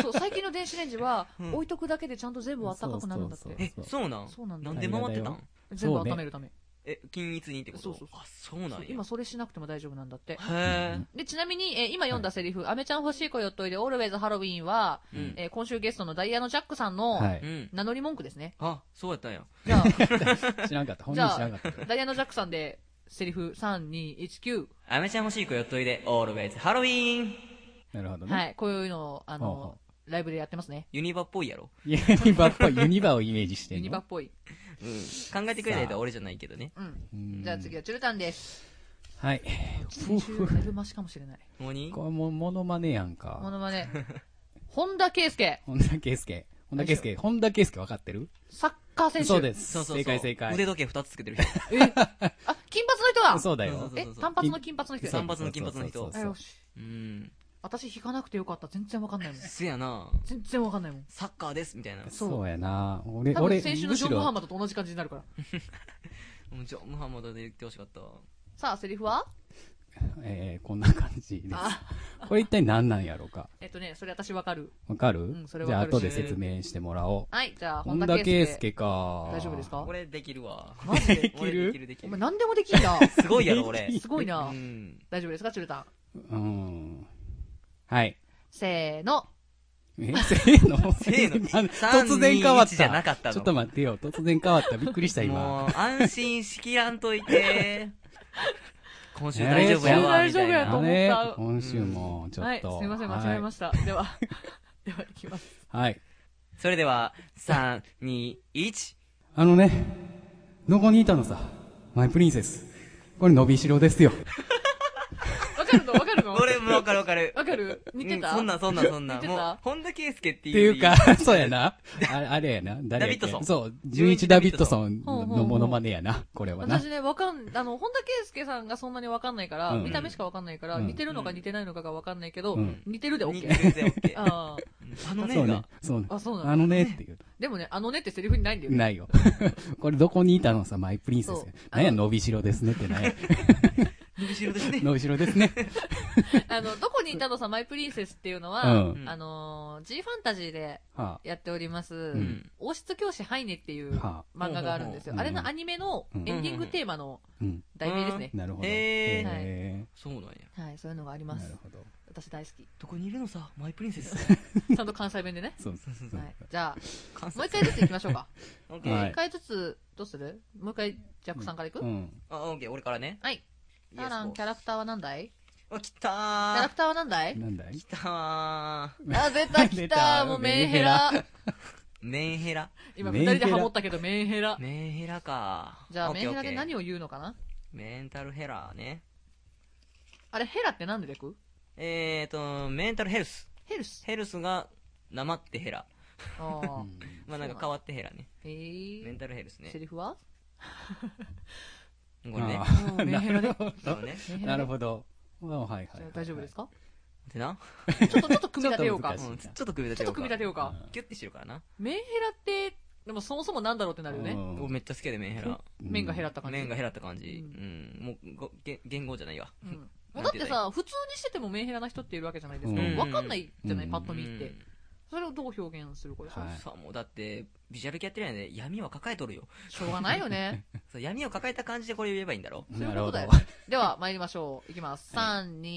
最近の電子レンジは、置いとくだけでちゃんと全部温かくなるんだって。 そうなん？なんで回ってたん？ 全部温めるため。 均一にってこと？そうなんや。 今それしなくても大丈夫なんだって。で、ちなみに、今読んだセリフ、アメちゃん欲しい子よっといで、オールウェイズハロウィーンは、今週ゲストのダイヤのジャックさんの名乗り文句ですね。 そうやったんや。 じゃあ、知らんかった。本人知らんかった。 ダイヤのジャックさんで、セリフ、3、2、1、9。 アメちゃん欲しい子よっといで、オールウェイズハロウィーン。 なるほどね。 はい、こういうのを、ライブでやってますね。 ユニバっぽいやろ？ ユニバっぽい。ユニバをイメージしてる。 ユニバっぽい。 考えてくれないと俺じゃないけどね。 じゃあ次はチュルタンです。 はい。 先週だいぶマシかもしれない。 これもモノマネやんか。 モノマネ。本田圭佑。 本田圭佑分かってる？ サッカー選手。 そうです。正解。 腕時計2つつけてる人。 金髪の人だ。 そうだよ。 単発の金髪の人。 単発の金髪の人。 よし。私引かなくてよかった。全然わかんないもん。 せやな。 全然わかんないもん。 サッカーですみたいな。 そうやな。 俺先週のジョン・ムハンマドと同じ感じになるから。 ジョン・ムハンマドで言ってほしかった。 さあ、セリフはこんな感じです。これ一体何なんやろうか。 それ私わかる。 わかる？じゃあ後で説明してもらおう。 はい、じゃあ本田圭佑か。 大丈夫ですか？ 俺できるわ。 マジでできる？ お前何でもできんだ。 すごいやろ、俺。 すごいな。大丈夫ですか、チュルタン？はい。 せーの。 突然変わった。 じゃなかったの。 ちょっと待ってよ。突然変わった。びっくりした、今。 もう、安心しきらんといて。今週大丈夫やわ。 大丈夫やと思った。 今週も、ちょっと。 はい、すいません、間違えました。では、いきます。 はい。 それでは、3、2、1。 どこにいたのさ、マイプリンセス。これ、伸びしろですよ。 わかるの俺もわかる。 わかる似てたそんな。もう、本田圭佑っていう。 っていうか、そうやな。あれやな。 ダビッドソン。 そう、純一ダビッドソンのモノマネやな。これはな。 私ね、本田圭佑さんがそんなにわかんないから、見た目しかわかんないから、似てるのか似てないのかがわかんないけど、似てるで OK。 似てるで OK。 そうね。 そうなのねっていう。 でもね、ってセリフにないんだよね。 ないよ。これどこにいたのさ、マイプリンセス。なんや、伸びしろですねってなんや。 伸びしろですね。 伸びしろですね。 どこにいたのさ、マイプリンセスっていうのは、G ファンタジーでやっております、王室教師ハイネっていう漫画があるんですよ。あれのアニメのエンディングテーマの題名ですね。 なるほど。 そうなんや。 はい、そういうのがあります。 なるほど。 私大好き。 どこにいるのさ、マイプリンセス。 ちゃんと関西弁でね。 そう。 じゃあ、もう一回ずつ行きましょうか。一回ずつ、どうする？もう一回、ジャックさんから行く？ オッケー、俺からね。 はい。タラン、キャラクターは何だい？ 来たー。 キャラクターは何だい？ 来たー。 出た来たー。もうメンヘラ。 メンヘラ。 今二人でハモったけどメンヘラ。 メンヘラか。 じゃあメンヘラで何を言うのかな？ メンタルヘラね。 あれヘラってなんででく？ メンタルヘルス。ヘルスが、なまってヘラ。まあなんか変わってヘラね。メンタルヘルスね。 セリフは？ これね。 メンヘラで。 なるほど。はい。 大丈夫ですか？ ってな。 ちょっと組み立てようか。 ちょっと組み立てようか。キュッてしてるからな。 メンヘラって、でもそもそもなんだろうってなるよね。 めっちゃ好きでメンヘラ。 麺が減らった感じ。 麺が減らった感じ。もう、言語じゃないわ。 だってさ、普通にしててもメンヘラな人っているわけじゃないですか。わかんないじゃない、パッと見って。それをどう表現するかでしょ。 さあもうだってビジュアル系やってるやんで闇は抱えとるよ。 しょうがないよね。 闇を抱えた感じでこれ言えばいいんだろ。 そういうことだよ。では参りましょう。いきます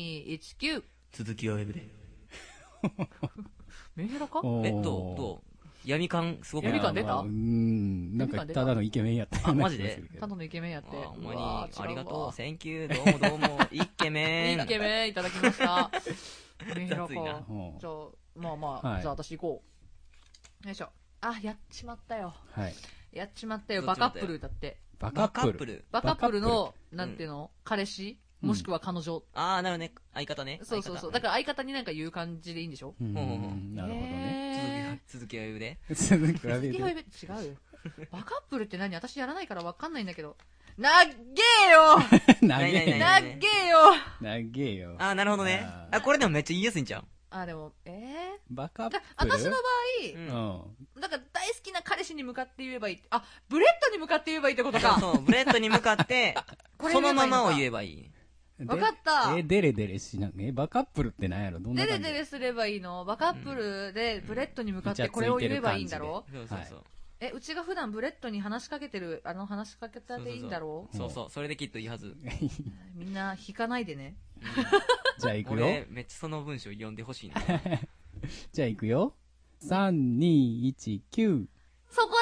。3、2、1、9。 続きはウェブで。 メンヘラか？ どう闇感すごく闇感出た？ なんかただのイケメンやった。 あ、マジで？ ただのイケメンやって。 ほんまに、ありがとう。センキュー、どうも、イケメン。 イケメンいただきました。メヒラか。じゃあ、まあ、じゃあ私行こう。よいしょ。あ、やっちまったよ。 はい。 やっちまったよ。バカップルだって。 バカップル。 バカップルの、なんていうの？彼氏もしくは彼女。 ああ、なるほどね。相方ね。 そう。だから相方になんか言う感じでいいんでしょ？ なるほどね。 続きは言うで。 続きは言うで。 違うよ。バカップルって何？私やらないからわかんないんだけど。なっげーよなっげーよ。 ああ、なるほどね。あ、これでもめっちゃ言いやすいんちゃう？ あ、でも、 バカップル？ 私の場合、だから大好きな彼氏に向かって言えばいい。あ、ブレッドに向かって言えばいいってことか。 そう、ブレッドに向かって、そのままを言えばいい。 わかった。 デレデレしな、バカップルって何やろ？どんな感じ？ デレデレすればいいの？バカップルでブレッドに向かってこれを言えばいいんだろ？ そう。 うちが普段ブレッドに話しかけてる、話しかけたでいいんだろう？ そう、それできっといいはず。 みんな引かないでね。 じゃあ行くよ。 俺、めっちゃその文章読んでほしいな。 じゃあ行くよ。3、2、1、9。 そこら辺の何かしらを守るために、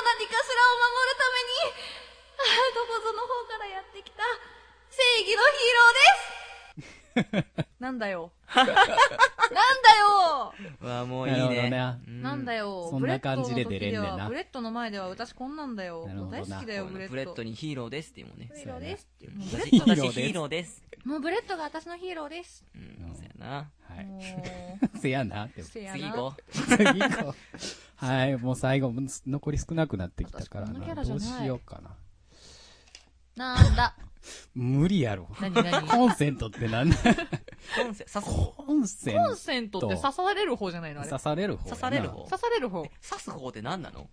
どこぞの方からやってきた正義のヒーローです。なんだよ。なんだよ。 わあ、もういいね。 なんだよ。 そんな感じで出れんねんな。 ブレッドの前では私こんなんだよ。大好きだよ、ブレッド。 ブレッドにヒーローですっていうもんね。 ヒーローですっていう。 私ヒーローです。 もうブレッドが私のヒーローです。 そうやな。 はい。せやなって。 次行こう。はい、もう最後、残り少なくなってきたからな。どうしようかな。 なんだ。 無理やろ。 何コンセントってなんだ？ コンセントって刺される方じゃないの？あれ。 刺される方。 刺される方。 刺す方って何なの？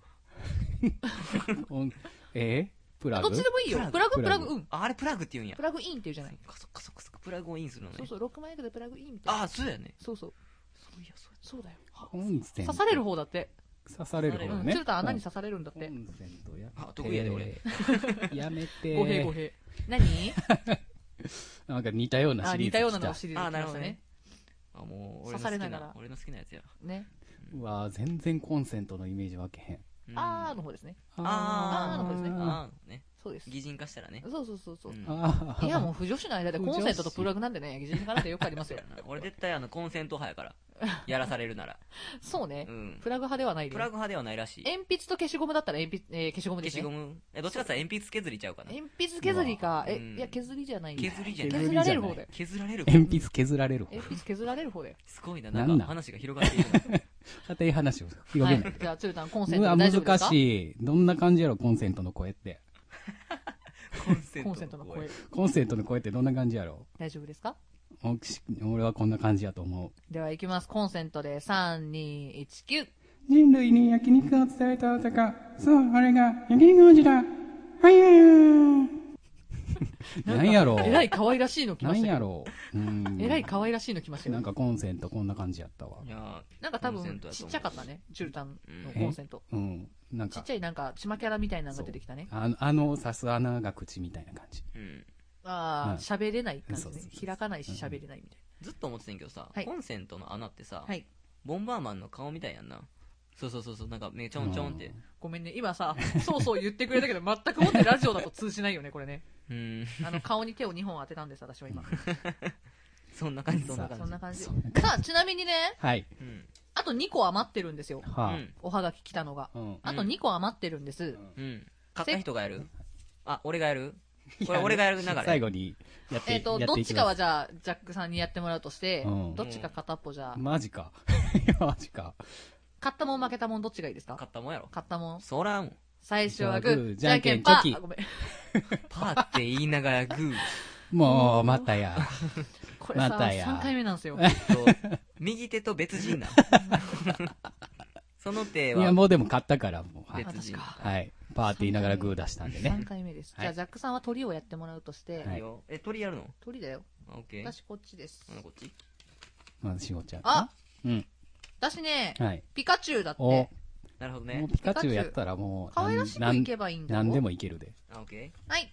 プラグ？ どっちでもいいよ。プラグ、 あれプラグって言うんや。 プラグインって言うじゃない。 そっか。プラグをインするのね。 そう、6万円でプラグインみたいな。 あ、そうやね。 そう。そうだよ。刺される方だって。 刺される方ね。 鶴田穴に刺されるんだって。 あ、得意やで俺。 やめて。 語弊。何？ なんか似たようなシリーズ。 似たようなのシリーズ。 あ、なるほどね。あ、もう、 刺されながら。 俺の好きなやつや。 ね。 うわ全然コンセントのイメージ分けへん。 あーの方ですね。 あーの方ですね。 あーね。 そうです。 擬人化したらね。 そう。いやもう不女子の間でコンセントとプラグなんでね、擬人化なんてよくありますよ。 俺絶対コンセント派やから。やらされるなら。 そうね。プラグ派ではないで。 プラグ派ではないらしい。 鉛筆と消しゴムだったら消しゴムですね。 消しゴム。どっちかって鉛筆削りちゃうかな。 鉛筆削りか。いや、削りじゃない。 削られる方で。 削られる方。鉛筆削られる方。 鉛筆削られる方で。 すごいな、なんか話が広がっている。 硬い話を広げない。 じゃあ、鶴田コンセント大丈夫ですか？ 難しい。どんな感じやろ、コンセントの声って。 コンセントの声。 コンセントの声ってどんな感じやろ？ 大丈夫ですか？ 俺はこんな感じやと思う。 では行きます。コンセントで3、2、1、9。 人類に焼肉を伝えた男。そう、俺が焼肉王子だ。はいやー。何やろう。 えらい可愛らしいの来ました。 何やろう。 えらい可愛らしいの来ましたよ。 なんかコンセントこんな感じやったわ。 なんか多分ちっちゃかったね。ジュルタンのコンセント。 なんかちっちゃいなんかチマキャラみたいなのが出てきたね。 刺す穴が口みたいな感じ。 喋れない感じね。開かないし喋れないみたいな。 ずっと思ってたんけどさ、コンセントの穴ってさ、ボンバーマンの顔みたいやんな。そう、なんか目ちょんちょんって。 ごめんね、今さ、そう言ってくれたけど、全くもってラジオだと通じないよね、これね。顔に手を2本当てたんです、私は今。 そんな感じ。 さあ、ちなみにね、あと2個余ってるんですよ。おはがき来たのが。あと2個余ってるんです。 買った人がやる？あ、俺がやる？これ俺がやる流れ。 最後にやっていきます。 どっちかはじゃあ、ジャックさんにやってもらうとして、どっちか片っぽじゃあ。 マジか。 買ったもん負けたもんどっちがいいですか？ 買ったもんやろ。 買ったもん。 そらん。 最初はグー、じゃんけんパー。ごめん。 パーって言いながらグー。 もう、またや。 これさ、3回目なんですよ。 右手と別人な。その手は。 いや、もうでも買ったから、もう。 別人。 はい。パーって言いながらグー出したんでね。 3回目です。じゃあ、ジャックさんは鳥をやってもらうとして。 鳥やるの？ 鳥だよ。 オッケー。 私こっちです。 こっち？ まずしごちゃん。 私ね、ピカチュウだって。 なるほどね。 もうピカチュウやったらもう、 可愛らしくいけばいいんだよ。 何でもいけるで。 オッケー。はい。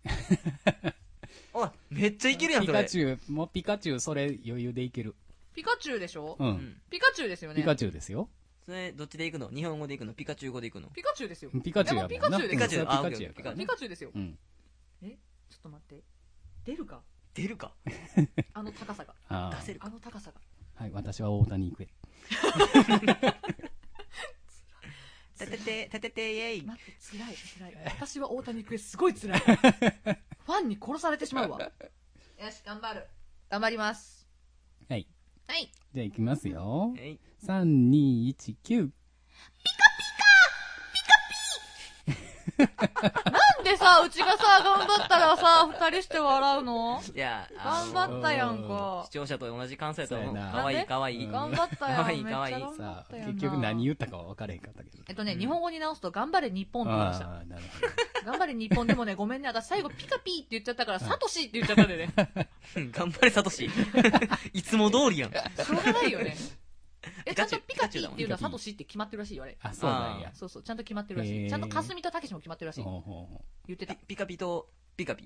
おい、めっちゃいけるやん、それ。 ピカチュウ、もうピカチュウ、それ余裕でいける。 ピカチュウでしょ？ うん。 ピカチュウですよね。 ピカチュウですよ。 それどっちで行くの？日本語で行くの？ピカチュウ語で行くの？ ピカチュウですよ。 ピカチュウやもんな。 ピカチュウですよ。 ピカチュウ。 ピカチュウですよ。 うん。 ちょっと待って。出るかあの高さが。出せるか。あの高さが。 はい、私は大谷育英。 たててイエイ。 待って、辛い。私は大谷育英すごい辛い。ファンに殺されてしまうわ。よし、頑張ります。 はい。 はい。 じゃあ行きますよ。3、2、1、9。 なんでさ、うちがさ、頑張ったらさ、二人して笑うの？ いや、 頑張ったやんか。 視聴者と同じ感想やと思う。かわいい。 頑張ったやん。 かわいい。 さあ、結局何言ったかは分からへんかったけど。 日本語に直すと、頑張れ日本って言いました。頑張れ日本でもね、ごめんね、私最後ピカピーって言っちゃったから、サトシって言っちゃったんでね。 頑張れサトシ。いつも通りやん。しょうがないよね。ちゃんとピカチュウっていうのはサトシって決まってるらしいよ、あれ。 あ、そうなんや。 そう、ちゃんと決まってるらしい。ちゃんとカスミとタケシも決まってるらしい。言ってた。 ピカピとピカピ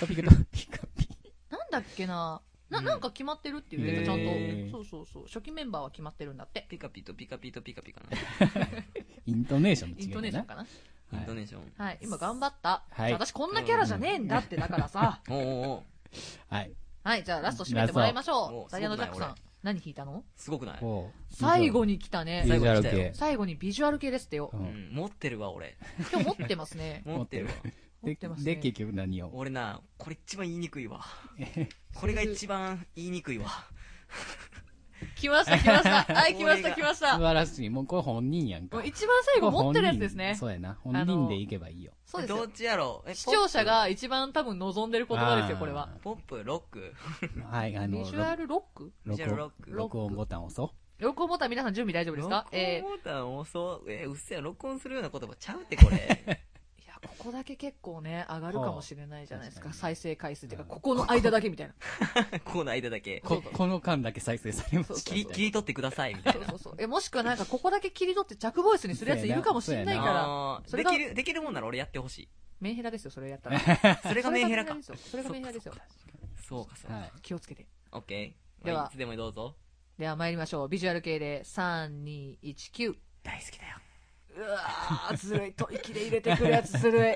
なんだっけな。なんか決まってるって言ってた、ちゃんと。そう。初期メンバーは決まってるんだって。 ピカピとピカピとピカピかな。 イントネーションイントネーションかな。 イントネーション。 はい、今頑張った。私こんなキャラじゃねえんだって、だからさ。 はい。 はい、じゃあラスト締めてもらいましょう。ダイヤのジャックさん。何弾いたの？ すごくない？ 最後に来たね。最後にビジュアル系ですってよ。 持ってるわ、俺。 今日持ってますね。 持ってるわ。 で、結局何を？ 俺な、これ一番言いにくいわ。これが一番言いにくいわ。 来ました。はい、来ました。 素晴らしい。もうこれ本人やんか。 一番最後持ってるやつですね。 そうやな。本人でいけばいいよ。 そうですよ。 どっちやろう？ 視聴者が一番多分望んでる言葉ですよ、これは。 ポップ、ロック。 はい、 ビジュアルロック？ 録音ボタン押そう。 録音ボタン皆さん準備大丈夫ですか？ 録音ボタン押そう。うっせえ、録音するような言葉ちゃうって、これ。 ここだけ結構ね、上がるかもしれないじゃないですか。再生回数っていうか、ここの間だけみたいな。 ここの間だけ。 この間だけ再生されます。 切り取ってください、みたいな。 そう。もしくはなんか、ここだけ切り取ってジャックボイスにするやついるかもしれないから。 できるもんなら俺やってほしい。 メンヘラですよ、それやったら。 それがメンヘラか。 それがメンヘラですよ。 そうか。 気をつけて。 オッケー。 では、 いつでもどうぞ。 では参りましょう。ビジュアル系で、3、2、1、9。 大好きだよ。 うわー、ずるい。吐息で入れてくるやつずるい。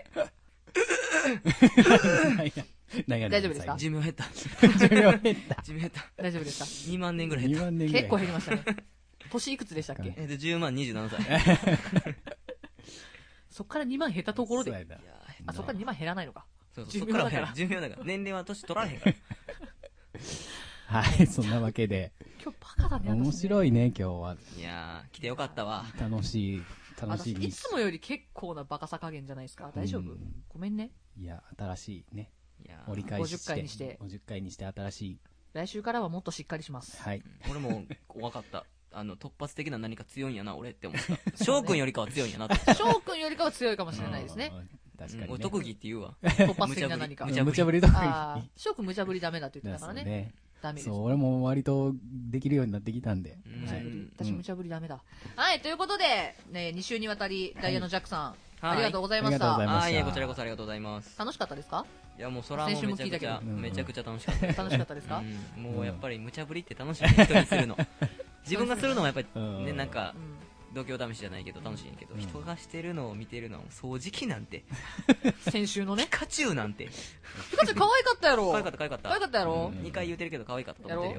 大丈夫ですか？ 寿命減った。 大丈夫ですか ？2万年ぐらい減った。 結構減りましたね。年いくつでしたっけ ？10万27歳。 そっから2万減ったところで。そっから2万減らないのか。 寿命だから。年齢は年取られへんから。 はい、そんなわけで。 今日バカだね。 面白いね、今日は。 いやー、来てよかったわ。 楽しい。 いつもより結構なバカさ加減じゃないですか。大丈夫？ごめんね。 いや、新しいね。 折り返しして。 50回にして新しい。 来週からはもっとしっかりします。 はい。 俺も分かった。突発的な何か強いんやな、俺って思った。翔くんよりかは強いんやなって。 翔くんよりかは強いかもしれないですね。 確かに。 俺特技って言うわ。 突発的な何か。 無茶ぶり特技。 翔くん無茶ぶりダメだって言ってたからね。ダメです。 そう、俺も割とできるようになってきたんで。 私無茶ぶりダメだ。はい、ということで、2週にわたり、ダイヤのジャックさん、ありがとうございました。 いや、こちらこそありがとうございます。 楽しかったですか？ いや、もうそらもめちゃくちゃ楽しかった。 楽しかったですか？ もうやっぱり無茶ぶりって楽しいね、人にするの。自分がするのはやっぱりね、なんか、度胸試しじゃないけど楽しいんやけど、人がしてるのを見てるのは掃除機なんて。 先週のね。 ピカチュウなんて。 ピカチュウ可愛かったやろ。 可愛かった。 可愛かったやろ。 2回言うてるけど可愛かったと思ってるよ。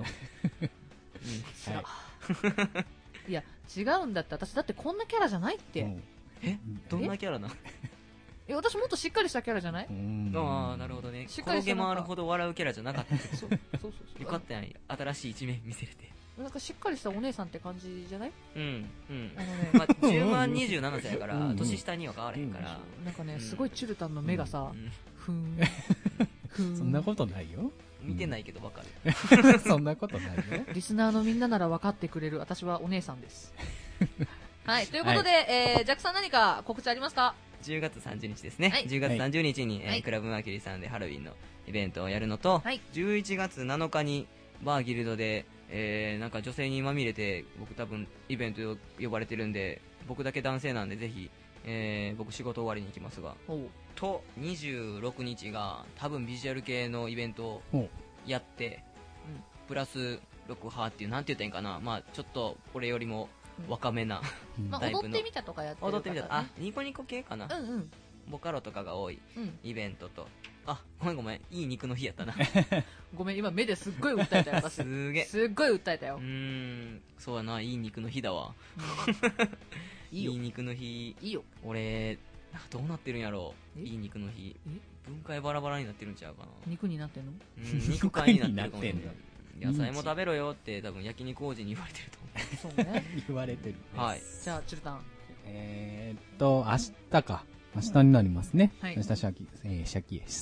いや、違うんだって。私だってこんなキャラじゃないって。 どんなキャラな？ 私もっとしっかりしたキャラじゃない？ ああ、なるほどね。転げ回るほど笑うキャラじゃなかった。 そう。 よかったやん。新しい一面見せれて。 なんかしっかりしたお姉さんって感じじゃない？ まあ、10万27歳やから、年下には変わらへんから。 なんかね、すごいチュルタンの目がさ、ふーん。 そんなことないよ。 見てないけどわかる。そんなことないよ。 リスナーのみんななら分かってくれる。私はお姉さんです。はい、ということで、ジャックさん何か告知ありますか ？10月30日ですね。10月30日にクラブマーキュリーさんでハロウィンのイベントをやるのと、11月7日にバーギルドで、なんか女性にまみれて僕多分イベント呼ばれてるんで、僕だけ男性なんでぜひ、僕仕事終わりに行きますが、と26日が多分ビジュアル系のイベントをやって、プラス6波っていうなんて言ったらいいんかな、まあちょっとこれよりも若めなまあ、 タイプの。 踊ってみたとかやってる方、ね、 踊ってみた。あ、ニコニコ系かな。 うんうん。 ボカロとかが多いイベントと。あ、ごめん。いい肉の日やったな。 ごめん、今目ですっごい訴えたよ、私。 すげえ。 すっごい訴えたよ。 そうやな、いい肉の日だわ。いい肉の日。 いいよ。 俺、どうなってるんやろう。いい肉の日。分解バラバラになってるんちゃうかな。 肉になってんの？ 肉塊になってるかもしれない。野菜も食べろよって多分焼肉王子に言われてると思う。そうね。 言われてる。 はい。 じゃあ、チュルタン。 明日か。明日になりますね。 はい。 明日シャキじゃない。 シャ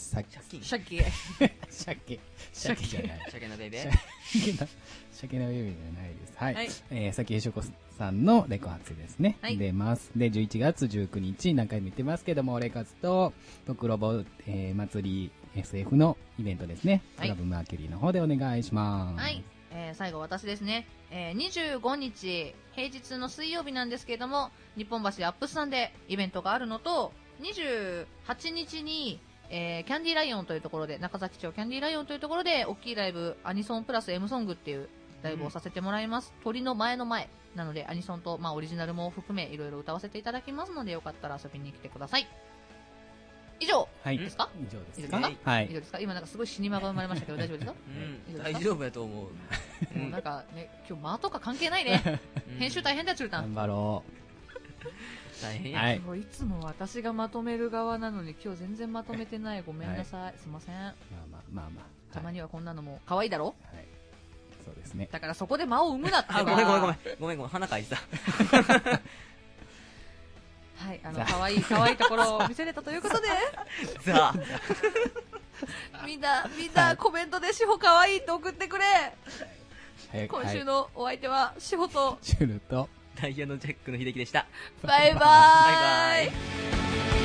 ケのベイベー。 シャケのベイベーじゃないです。はい。さきへしょこさんのレコ発ですね。出ます。で、11月19日、何回も言ってますけども、レカツと、トクロボ、祭り SF のイベントですね。クラブマーキュリーの方でお願いします。 はい。最後私ですね。25日、平日の水曜日なんですけれども、日本橋アップスさんでイベントがあるのと、28日に、キャンディーライオンというところで、中崎町キャンディーライオンというところで、大きいライブ、アニソンプラス M ソングっていうライブをさせてもらいます。鳥の前の前。なので、アニソンと、まあ、オリジナルも含め、いろいろ歌わせていただきますので、よかったら遊びに来てください。以上ですか？ 以上ですか？ はい。以上ですか？今なんかすごい死に間が生まれましたけど、大丈夫ですか？ 大丈夫やと思う。 もうなんかね、今日間とか関係ないね。編集大変だよ、チュルタン。 頑張ろう。大変や。 はい。いつも私がまとめる側なのに、今日全然まとめてない。ごめんなさい。すいません。まあ。 たまにはこんなのも可愛いだろ？ はい。そうですね。 だからそこで間を生むなって。 ごめん。鼻かいた。 はい、可愛いところを見せれたということで。みんな、コメントでしほ可愛いって送ってくれ。今週のお相手は、しほと、 シュルと、 ダイヤのジャックの秀樹でした。 バイバーイ。